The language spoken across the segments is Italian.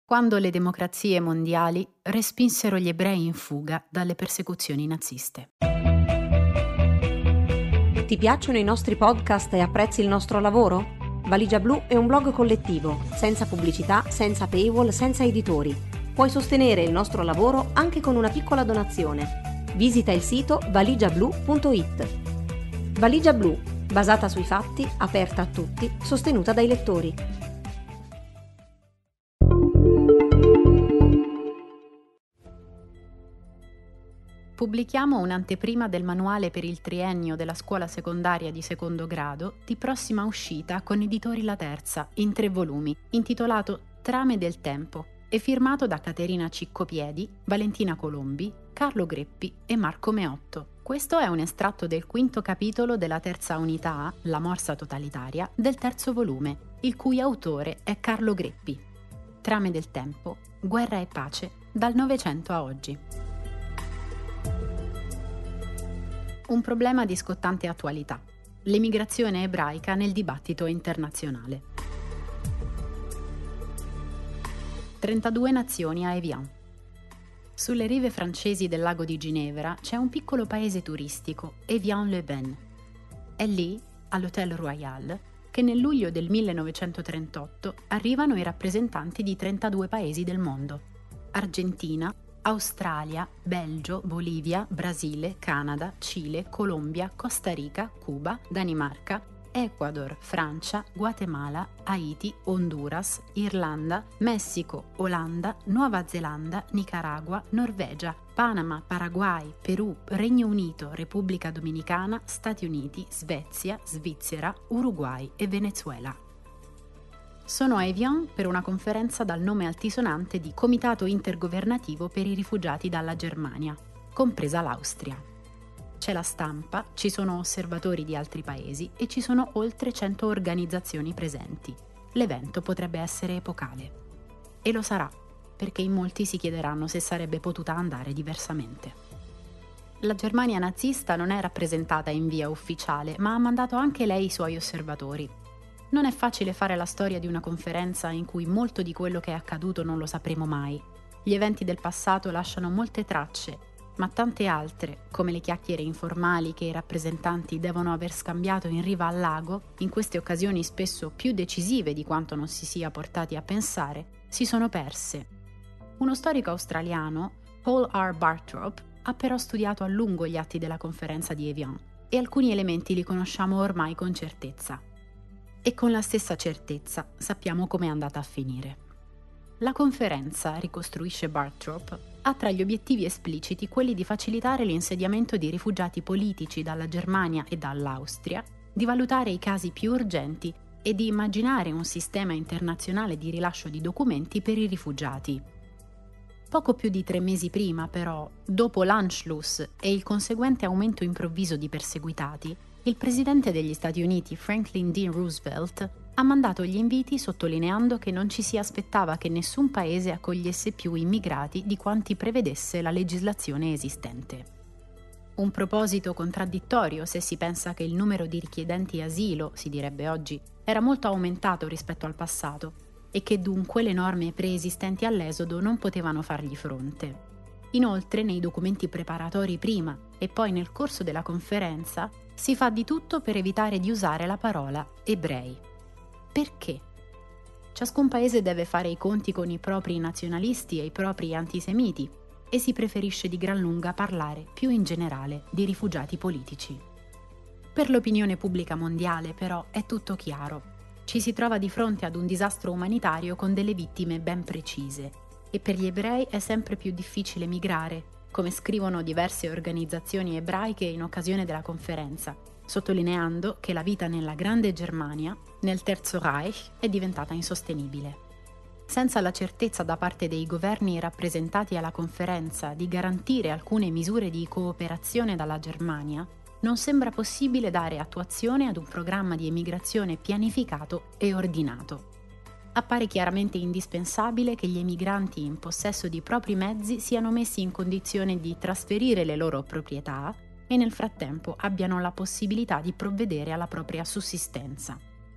quando le democrazie mondiali respinsero gli ebrei in fuga dalle persecuzioni naziste. Ti piacciono i nostri podcast e apprezzi il nostro lavoro? Valigia Blu è un blog collettivo, senza pubblicità, senza paywall, senza editori. Puoi sostenere il nostro lavoro anche con una piccola donazione. Visita il sito valigiablu.it. Valigia Blu, basata sui fatti, aperta a tutti, sostenuta dai lettori. Pubblichiamo un'anteprima del manuale per il triennio della scuola secondaria di secondo grado di prossima uscita con Editori La Terza in 3 volumi, intitolato Trame del tempo e firmato da Caterina Ciccopiedi, Valentina Colombi, Carlo Greppi e Marco Meotto. Questo è un estratto del 5° capitolo della terza unità, La morsa totalitaria, del 3° volume, il cui autore è Carlo Greppi. Trame del tempo, guerra e pace, dal Novecento a oggi. Un problema di scottante attualità: l'emigrazione ebraica nel dibattito internazionale. 32 nazioni a Evian. Sulle rive francesi del lago di Ginevra c'è un piccolo paese turistico, Evian-le-Bain. È lì, all'Hôtel Royal, che nel luglio del 1938 arrivano i rappresentanti di 32 paesi del mondo: Argentina, Australia, Belgio, Bolivia, Brasile, Canada, Cile, Colombia, Costa Rica, Cuba, Danimarca, Ecuador, Francia, Guatemala, Haiti, Honduras, Irlanda, Messico, Olanda, Nuova Zelanda, Nicaragua, Norvegia, Panama, Paraguay, Perù, Regno Unito, Repubblica Dominicana, Stati Uniti, Svezia, Svizzera, Uruguay e Venezuela. Sono a Evian per una conferenza dal nome altisonante di Comitato Intergovernativo per i rifugiati dalla Germania, compresa l'Austria. C'è la stampa, ci sono osservatori di altri paesi e ci sono oltre 100 organizzazioni presenti. L'evento potrebbe essere epocale. E lo sarà, perché in molti si chiederanno se sarebbe potuta andare diversamente. La Germania nazista non è rappresentata in via ufficiale, ma ha mandato anche lei i suoi osservatori. Non è facile fare la storia di una conferenza in cui molto di quello che è accaduto non lo sapremo mai. Gli eventi del passato lasciano molte tracce, ma tante altre, come le chiacchiere informali che i rappresentanti devono aver scambiato in riva al lago, in queste occasioni spesso più decisive di quanto non si sia portati a pensare, si sono perse. Uno storico australiano, Paul R. Bartrop, ha però studiato a lungo gli atti della conferenza di Evian e alcuni elementi li conosciamo ormai con certezza. E con la stessa certezza sappiamo come è andata a finire. La conferenza, ricostruisce Bartrop, ha tra gli obiettivi espliciti quelli di facilitare l'insediamento di rifugiati politici dalla Germania e dall'Austria, di valutare i casi più urgenti e di immaginare un sistema internazionale di rilascio di documenti per i rifugiati. Poco più di 3 mesi prima, però, dopo l'Anschluss e il conseguente aumento improvviso di perseguitati, il presidente degli Stati Uniti Franklin D. Roosevelt ha mandato gli inviti sottolineando che non ci si aspettava che nessun paese accogliesse più immigrati di quanti prevedesse la legislazione esistente. Un proposito contraddittorio se si pensa che il numero di richiedenti asilo, si direbbe oggi, era molto aumentato rispetto al passato e che dunque le norme preesistenti all'esodo non potevano fargli fronte. Inoltre, nei documenti preparatori prima e poi nel corso della conferenza, si fa di tutto per evitare di usare la parola ebrei. Perché? Ciascun paese deve fare i conti con i propri nazionalisti e i propri antisemiti e si preferisce di gran lunga parlare più in generale di rifugiati politici. Per l'opinione pubblica mondiale, però, è tutto chiaro. Ci si trova di fronte ad un disastro umanitario con delle vittime ben precise e per gli ebrei è sempre più difficile migrare, come scrivono diverse organizzazioni ebraiche in occasione della conferenza, sottolineando che la vita nella Grande Germania, nel Terzo Reich, è diventata insostenibile. Senza la certezza da parte dei governi rappresentati alla conferenza di garantire alcune misure di cooperazione dalla Germania, non sembra possibile dare attuazione ad un programma di emigrazione pianificato e ordinato. Appare chiaramente indispensabile che gli emigranti in possesso di propri mezzi siano messi in condizione di trasferire le loro proprietà e nel frattempo abbiano la possibilità di provvedere alla propria sussistenza.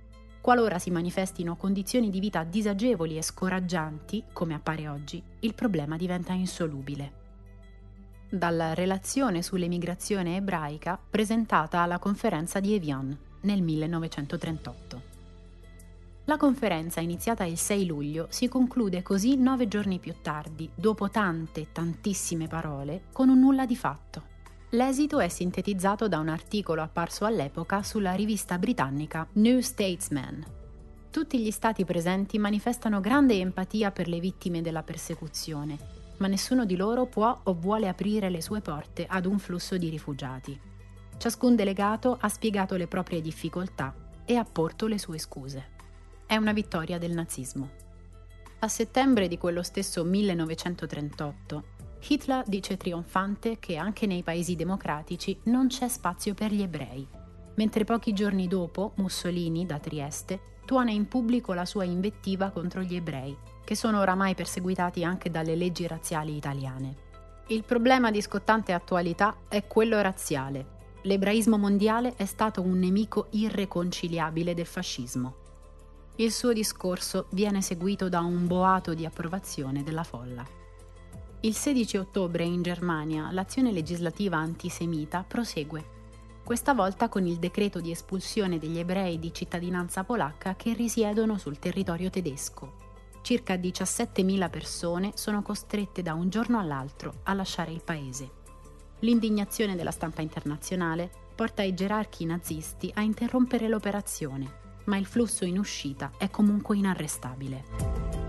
Qualora si manifestino condizioni di vita disagevoli e scoraggianti, come appare oggi, il problema diventa insolubile. Dalla relazione sull'emigrazione ebraica presentata alla conferenza di Evian nel 1938. La conferenza, iniziata il 6 luglio, si conclude così 9 giorni più tardi, dopo tantissime parole, con un nulla di fatto. L'esito è sintetizzato da un articolo apparso all'epoca sulla rivista britannica New Statesman. Tutti gli stati presenti manifestano grande empatia per le vittime della persecuzione, ma nessuno di loro può o vuole aprire le sue porte ad un flusso di rifugiati. Ciascun delegato ha spiegato le proprie difficoltà e ha porto le sue scuse. È una vittoria del nazismo. A settembre di quello stesso 1938, Hitler dice trionfante che anche nei paesi democratici non c'è spazio per gli ebrei, mentre pochi giorni dopo Mussolini, da Trieste, tuona in pubblico la sua invettiva contro gli ebrei, che sono oramai perseguitati anche dalle leggi razziali italiane. Il problema di scottante attualità è quello razziale. L'ebraismo mondiale è stato un nemico irreconciliabile del fascismo. Il suo discorso viene seguito da un boato di approvazione della folla. Il 16 ottobre in Germania l'azione legislativa antisemita prosegue, questa volta con il decreto di espulsione degli ebrei di cittadinanza polacca che risiedono sul territorio tedesco. Circa 17.000 persone sono costrette da un giorno all'altro a lasciare il paese. L'indignazione della stampa internazionale porta i gerarchi nazisti a interrompere l'operazione, ma il flusso in uscita è comunque inarrestabile.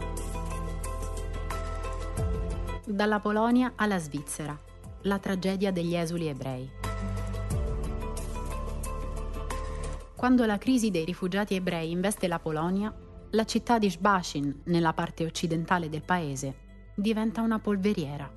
Dalla Polonia alla Svizzera, la tragedia degli esuli ebrei. Quando la crisi dei rifugiati ebrei investe la Polonia, la città di Szbacin, nella parte occidentale del paese, diventa una polveriera.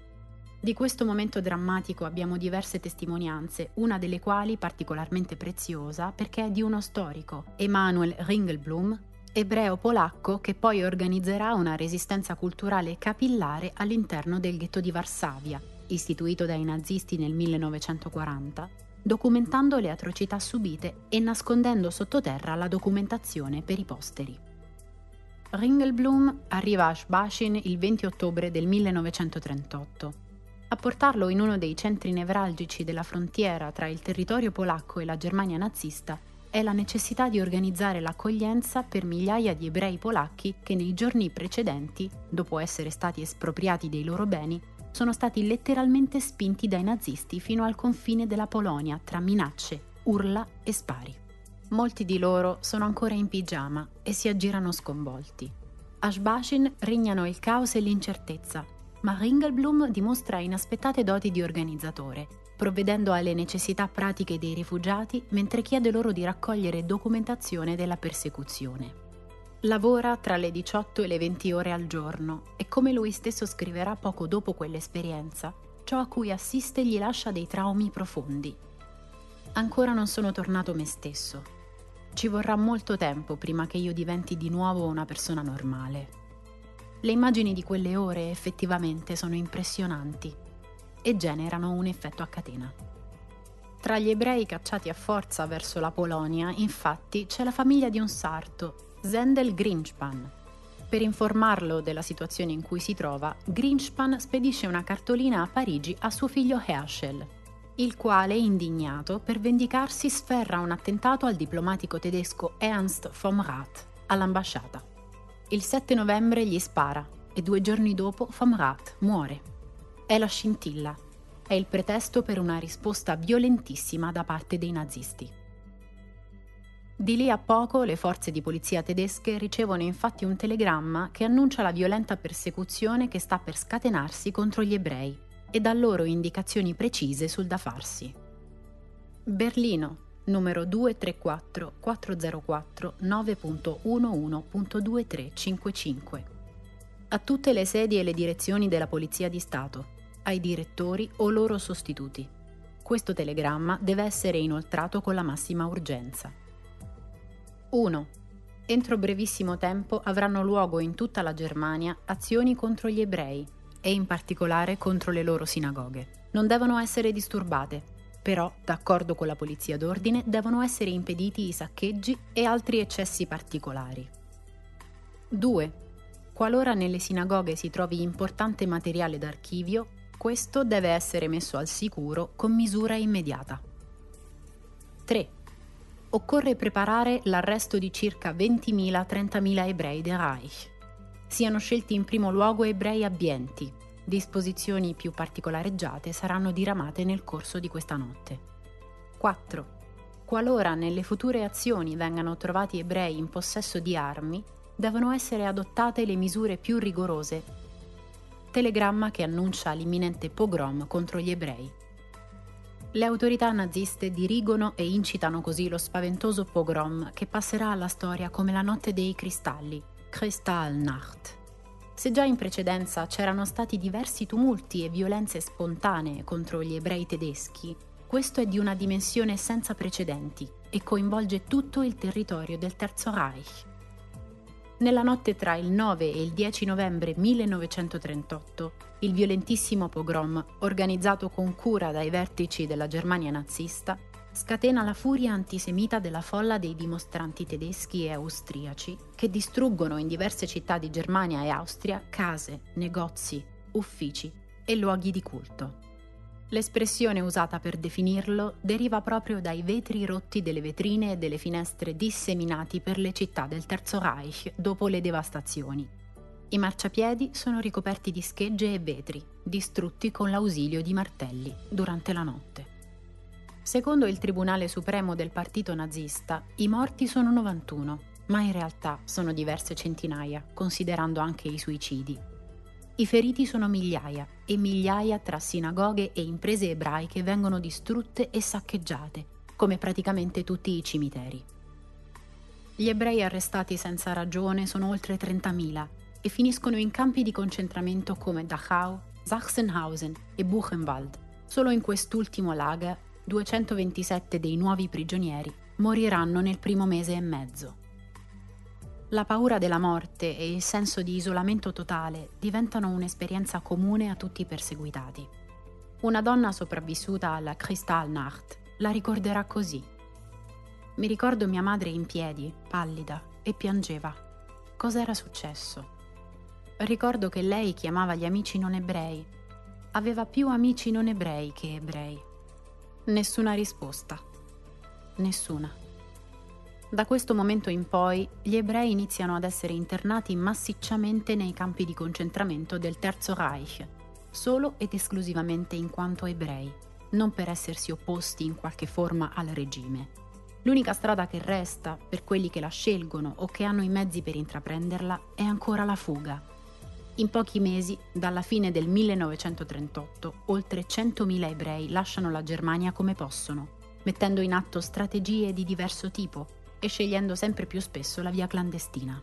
Di questo momento drammatico abbiamo diverse testimonianze, una delle quali particolarmente preziosa perché è di uno storico, Emanuel Ringelblum, ebreo-polacco che poi organizzerà una resistenza culturale capillare all'interno del ghetto di Varsavia, istituito dai nazisti nel 1940, documentando le atrocità subite e nascondendo sottoterra la documentazione per i posteri. Ringelblum arriva a Szbacin il 20 ottobre del 1938. A portarlo in uno dei centri nevralgici della frontiera tra il territorio polacco e la Germania nazista è la necessità di organizzare l'accoglienza per migliaia di ebrei polacchi che nei giorni precedenti, dopo essere stati espropriati dei loro beni, sono stati letteralmente spinti dai nazisti fino al confine della Polonia tra minacce, urla e spari. Molti di loro sono ancora in pigiama e si aggirano sconvolti. A Szbacin regnano il caos e l'incertezza, ma Ringelblum dimostra inaspettate doti di organizzatore, provvedendo alle necessità pratiche dei rifugiati mentre chiede loro di raccogliere documentazione della persecuzione. Lavora tra le 18 e le 20 ore al giorno e, come lui stesso scriverà poco dopo quell'esperienza, ciò a cui assiste gli lascia dei traumi profondi. Ancora non sono tornato me stesso. Ci vorrà molto tempo prima che io diventi di nuovo una persona normale. Le immagini di quelle ore effettivamente sono impressionanti e generano un effetto a catena. Tra gli ebrei cacciati a forza verso la Polonia, infatti, c'è la famiglia di un sarto, Zendel Greenspan. Per informarlo della situazione in cui si trova, Greenspan spedisce una cartolina a Parigi a suo figlio Herschel, il quale, indignato, per vendicarsi sferra un attentato al diplomatico tedesco Ernst vom Rath all'ambasciata. Il 7 novembre gli spara e 2 giorni dopo vom Rath muore. È la scintilla, è il pretesto per una risposta violentissima da parte dei nazisti. Di lì a poco le forze di polizia tedesche ricevono infatti un telegramma che annuncia la violenta persecuzione che sta per scatenarsi contro gli ebrei e dà loro indicazioni precise sul da farsi. Berlino, numero 234 404 9.11.2355. A tutte le sedi e le direzioni della Polizia di Stato, ai direttori o loro sostituti. Questo telegramma deve essere inoltrato con la massima urgenza. 1. Entro brevissimo tempo avranno luogo in tutta la Germania azioni contro gli ebrei e in particolare contro le loro sinagoghe. Non devono essere disturbate. Però, d'accordo con la polizia d'ordine, devono essere impediti i saccheggi e altri eccessi particolari. 2. Qualora nelle sinagoghe si trovi importante materiale d'archivio, questo deve essere messo al sicuro con misura immediata. 3. Occorre preparare l'arresto di circa 20.000-30.000 ebrei del Reich. Siano scelti in primo luogo ebrei abbienti. Disposizioni più particolareggiate saranno diramate nel corso di questa notte. 4. Qualora nelle future azioni vengano trovati ebrei in possesso di armi, devono essere adottate le misure più rigorose. Telegramma che annuncia l'imminente pogrom contro gli ebrei. Le autorità naziste dirigono e incitano così lo spaventoso pogrom che passerà alla storia come la notte dei cristalli, Kristallnacht. Se già in precedenza c'erano stati diversi tumulti e violenze spontanee contro gli ebrei tedeschi, questo è di una dimensione senza precedenti e coinvolge tutto il territorio del Terzo Reich. Nella notte tra il 9 e il 10 novembre 1938, il violentissimo pogrom, organizzato con cura dai vertici della Germania nazista, scatena la furia antisemita della folla dei dimostranti tedeschi e austriaci che distruggono in diverse città di Germania e Austria case, negozi, uffici e luoghi di culto. L'espressione usata per definirlo deriva proprio dai vetri rotti delle vetrine e delle finestre disseminati per le città del Terzo Reich dopo le devastazioni. I marciapiedi sono ricoperti di schegge e vetri, distrutti con l'ausilio di martelli durante la notte. Secondo il Tribunale Supremo del Partito Nazista, i morti sono 91, ma in realtà sono diverse centinaia, considerando anche i suicidi. I feriti sono migliaia e migliaia tra sinagoghe e imprese ebraiche vengono distrutte e saccheggiate, come praticamente tutti i cimiteri. Gli ebrei arrestati senza ragione sono oltre 30.000 e finiscono in campi di concentramento come Dachau, Sachsenhausen e Buchenwald. Solo in quest'ultimo lager 227 dei nuovi prigionieri moriranno nel primo mese e mezzo. La paura della morte e il senso di isolamento totale diventano un'esperienza comune a tutti i perseguitati. Una donna sopravvissuta alla Kristallnacht la ricorderà così. Mi ricordo mia madre in piedi, pallida, e piangeva. Cos'era successo? Ricordo che lei chiamava gli amici non ebrei. Aveva più amici non ebrei che ebrei. Nessuna risposta. Nessuna. Da questo momento in poi, gli ebrei iniziano ad essere internati massicciamente nei campi di concentramento del Terzo Reich, solo ed esclusivamente in quanto ebrei, non per essersi opposti in qualche forma al regime. L'unica strada che resta, per quelli che la scelgono o che hanno i mezzi per intraprenderla, è ancora la fuga. In pochi mesi, dalla fine del 1938, oltre 100.000 ebrei lasciano la Germania come possono, mettendo in atto strategie di diverso tipo e scegliendo sempre più spesso la via clandestina.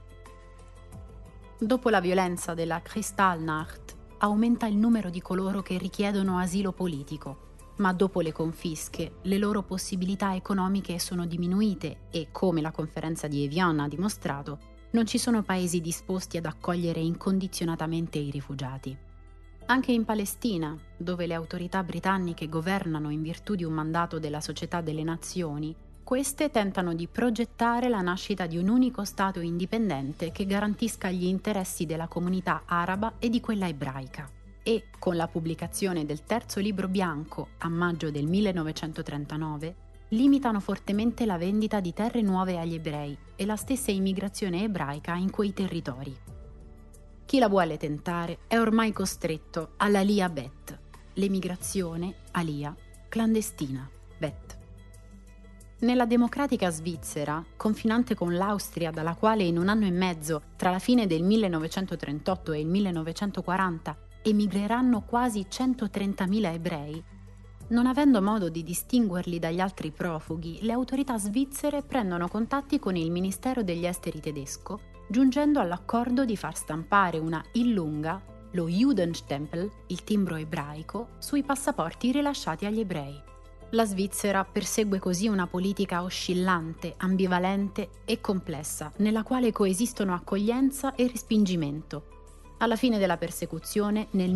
Dopo la violenza della Kristallnacht, aumenta il numero di coloro che richiedono asilo politico, ma dopo le confische le loro possibilità economiche sono diminuite e, come la conferenza di Evian ha dimostrato, non ci sono paesi disposti ad accogliere incondizionatamente i rifugiati. Anche in Palestina, dove le autorità britanniche governano in virtù di un mandato della Società delle Nazioni, queste tentano di progettare la nascita di un unico Stato indipendente che garantisca gli interessi della comunità araba e di quella ebraica. E, con la pubblicazione del terzo libro bianco a maggio del 1939, limitano fortemente la vendita di terre nuove agli ebrei e la stessa immigrazione ebraica in quei territori. Chi la vuole tentare è ormai costretto all'Aliyah Bet, l'emigrazione, Aliyah, clandestina, Bet. Nella democratica Svizzera, confinante con l'Austria dalla quale in un anno e mezzo, tra la fine del 1938 e il 1940, emigreranno quasi 130.000 ebrei, non avendo modo di distinguerli dagli altri profughi, le autorità svizzere prendono contatti con il Ministero degli Esteri tedesco, giungendo all'accordo di far stampare una illunga, lo Judenstempel, il timbro ebraico, sui passaporti rilasciati agli ebrei. La Svizzera persegue così una politica oscillante, ambivalente e complessa, nella quale coesistono accoglienza e respingimento. Alla fine della persecuzione, nel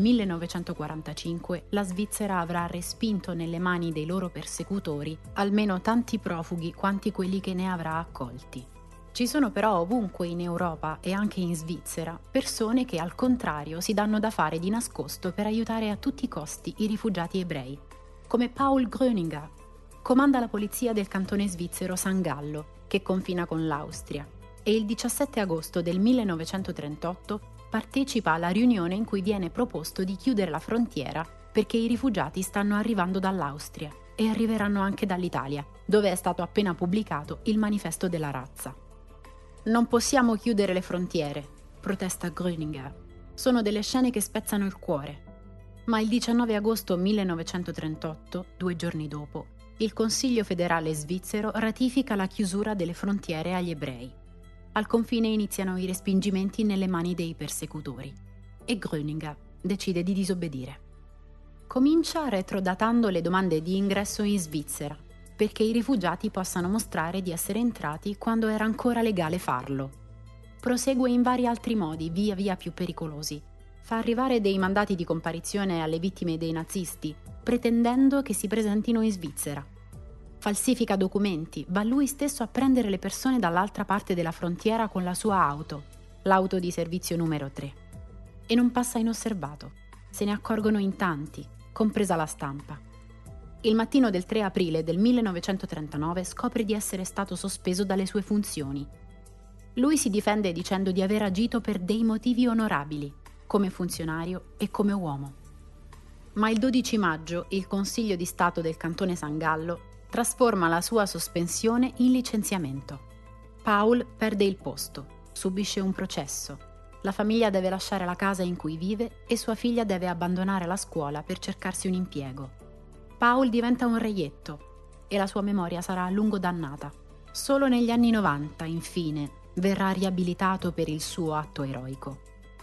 1945, la Svizzera avrà respinto nelle mani dei loro persecutori almeno tanti profughi quanti quelli che ne avrà accolti. Ci sono però ovunque in Europa e anche in Svizzera persone che al contrario si danno da fare di nascosto per aiutare a tutti i costi i rifugiati ebrei, come Paul Gröninger. Comanda la polizia del cantone svizzero San Gallo, che confina con l'Austria, e il 17 agosto del 1938 partecipa alla riunione in cui viene proposto di chiudere la frontiera perché i rifugiati stanno arrivando dall'Austria e arriveranno anche dall'Italia, dove è stato appena pubblicato il manifesto della razza. Non possiamo chiudere le frontiere, protesta Gröninger. Sono delle scene che spezzano il cuore. Ma il 19 agosto 1938, 2 giorni dopo, il Consiglio federale svizzero ratifica la chiusura delle frontiere agli ebrei. Al confine iniziano i respingimenti nelle mani dei persecutori e Gröninger decide di disobbedire. Comincia retrodatando le domande di ingresso in Svizzera perché i rifugiati possano mostrare di essere entrati quando era ancora legale farlo. Prosegue in vari altri modi, via via più pericolosi. Fa arrivare dei mandati di comparizione alle vittime dei nazisti, pretendendo che si presentino in Svizzera. Falsifica documenti, va lui stesso a prendere le persone dall'altra parte della frontiera con la sua auto, l'auto di servizio numero 3. E non passa inosservato. Se ne accorgono in tanti, compresa la stampa. Il mattino del 3 aprile del 1939 scopre di essere stato sospeso dalle sue funzioni. Lui si difende dicendo di aver agito per dei motivi onorabili, come funzionario e come uomo. Ma il 12 maggio il Consiglio di Stato del cantone San Gallo trasforma la sua sospensione in licenziamento. Paul perde il posto, subisce un processo. La famiglia deve lasciare la casa in cui vive e sua figlia deve abbandonare la scuola per cercarsi un impiego. Paul diventa un reietto e la sua memoria sarà a lungo dannata. Solo negli anni 90, infine, verrà riabilitato per il suo atto eroico.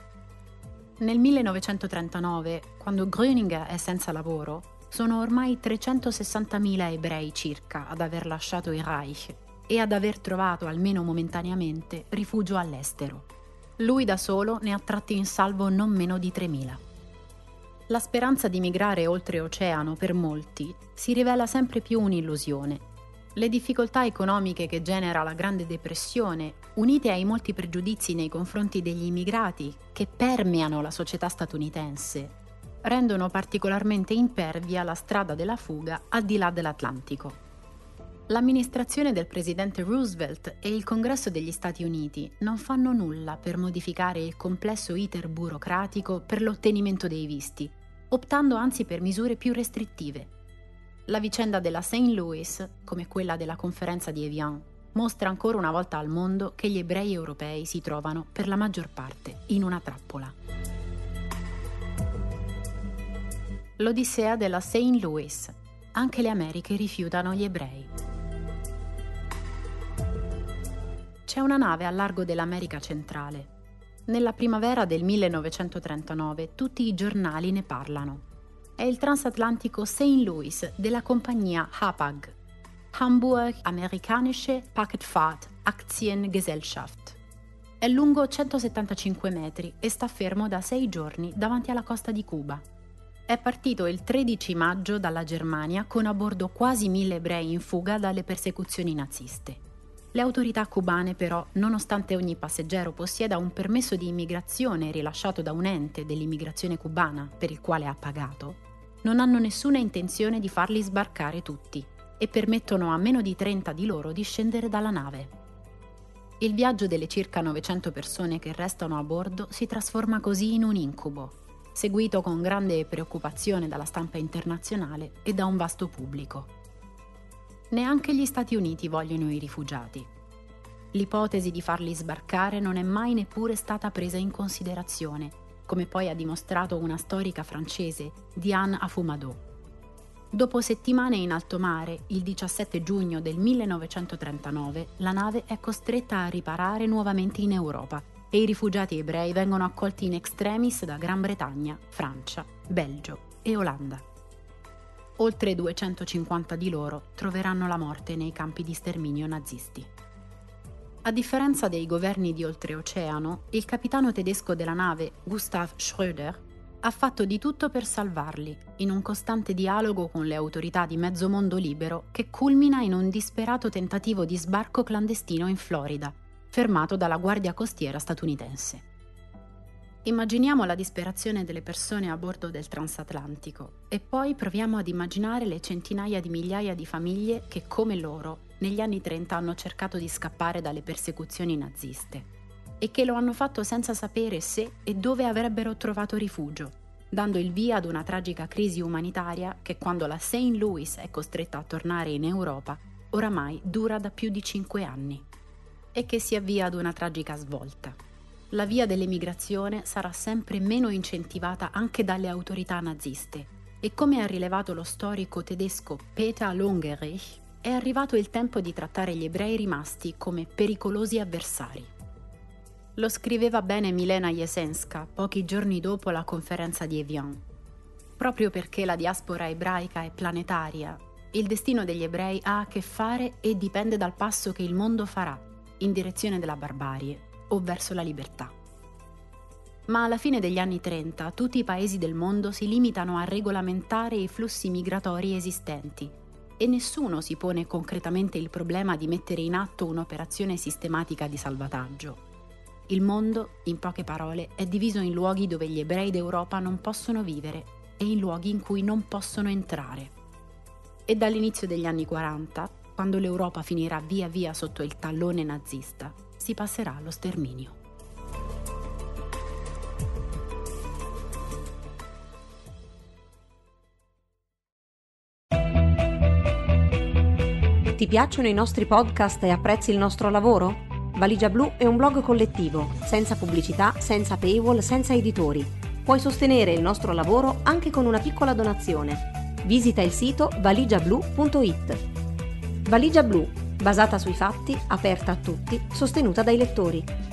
Nel 1939, quando Gröninger è senza lavoro, sono ormai 360.000 ebrei circa ad aver lasciato il Reich e ad aver trovato, almeno momentaneamente, rifugio all'estero. Lui da solo ne ha tratti in salvo non meno di 3.000. La speranza di migrare oltreoceano per molti si rivela sempre più un'illusione. Le difficoltà economiche che genera la Grande Depressione, unite ai molti pregiudizi nei confronti degli immigrati che permeano la società statunitense, rendono particolarmente impervia la strada della fuga al di là dell'Atlantico. L'amministrazione del presidente Roosevelt e il Congresso degli Stati Uniti non fanno nulla per modificare il complesso iter burocratico per l'ottenimento dei visti, optando anzi per misure più restrittive. La vicenda della St. Louis, come quella della conferenza di Evian, mostra ancora una volta al mondo che gli ebrei europei si trovano, per la maggior parte, in una trappola. L'Odissea della St. Louis. Anche le Americhe rifiutano gli ebrei. C'è una nave al largo dell'America centrale. Nella primavera del 1939 tutti i giornali ne parlano. È il transatlantico St. Louis della compagnia Hapag, Hamburg Amerikanische Paketfahrt Aktiengesellschaft. È lungo 175 metri e sta fermo da 6 giorni davanti alla costa di Cuba. È partito il 13 maggio dalla Germania con a bordo quasi 1.000 ebrei in fuga dalle persecuzioni naziste. Le autorità cubane però, nonostante ogni passeggero possieda un permesso di immigrazione rilasciato da un ente dell'immigrazione cubana per il quale ha pagato, non hanno nessuna intenzione di farli sbarcare tutti e permettono a meno di 30 di loro di scendere dalla nave. Il viaggio delle circa 900 persone che restano a bordo si trasforma così in un incubo, seguito con grande preoccupazione dalla stampa internazionale e da un vasto pubblico. Neanche gli Stati Uniti vogliono i rifugiati. L'ipotesi di farli sbarcare non è mai neppure stata presa in considerazione, come poi ha dimostrato una storica francese, Diane Affumadeau. Dopo settimane in alto mare, il 17 giugno del 1939, la nave è costretta a riparare nuovamente in Europa e i rifugiati ebrei vengono accolti in extremis da Gran Bretagna, Francia, Belgio e Olanda. Oltre 250 di loro troveranno la morte nei campi di sterminio nazisti. A differenza dei governi di oltreoceano, il capitano tedesco della nave, Gustav Schröder, ha fatto di tutto per salvarli, in un costante dialogo con le autorità di mezzo mondo libero che culmina in un disperato tentativo di sbarco clandestino in Florida, fermato dalla Guardia Costiera statunitense. Immaginiamo la disperazione delle persone a bordo del transatlantico e poi proviamo ad immaginare le centinaia di migliaia di famiglie che, come loro, negli anni 30 hanno cercato di scappare dalle persecuzioni naziste e che lo hanno fatto senza sapere se e dove avrebbero trovato rifugio, dando il via ad una tragica crisi umanitaria che, quando la St. Louis è costretta a tornare in Europa, oramai dura da più di 5 anni e che si avvia ad una tragica svolta. La via dell'emigrazione sarà sempre meno incentivata anche dalle autorità naziste e, come ha rilevato lo storico tedesco Peter Longerich, è arrivato il tempo di trattare gli ebrei rimasti come pericolosi avversari. Lo scriveva bene Milena Jesenska pochi giorni dopo la conferenza di Evian. Proprio perché la diaspora ebraica è planetaria, il destino degli ebrei ha a che fare e dipende dal passo che il mondo farà in direzione della barbarie o verso la libertà. Ma alla fine degli anni 30 tutti i paesi del mondo si limitano a regolamentare i flussi migratori esistenti e nessuno si pone concretamente il problema di mettere in atto un'operazione sistematica di salvataggio. Il mondo, in poche parole, è diviso in luoghi dove gli ebrei d'Europa non possono vivere e in luoghi in cui non possono entrare. E dall'inizio degli anni 40, quando l'Europa finirà via via sotto il tallone nazista, si passerà allo sterminio. Ti piacciono i nostri podcast e apprezzi il nostro lavoro? Valigia Blu è un blog collettivo, senza pubblicità, senza paywall, senza editori. Puoi sostenere il nostro lavoro anche con una piccola donazione. Visita il sito valigiablu.it. Valigia Blu, basata sui fatti, aperta a tutti, sostenuta dai lettori.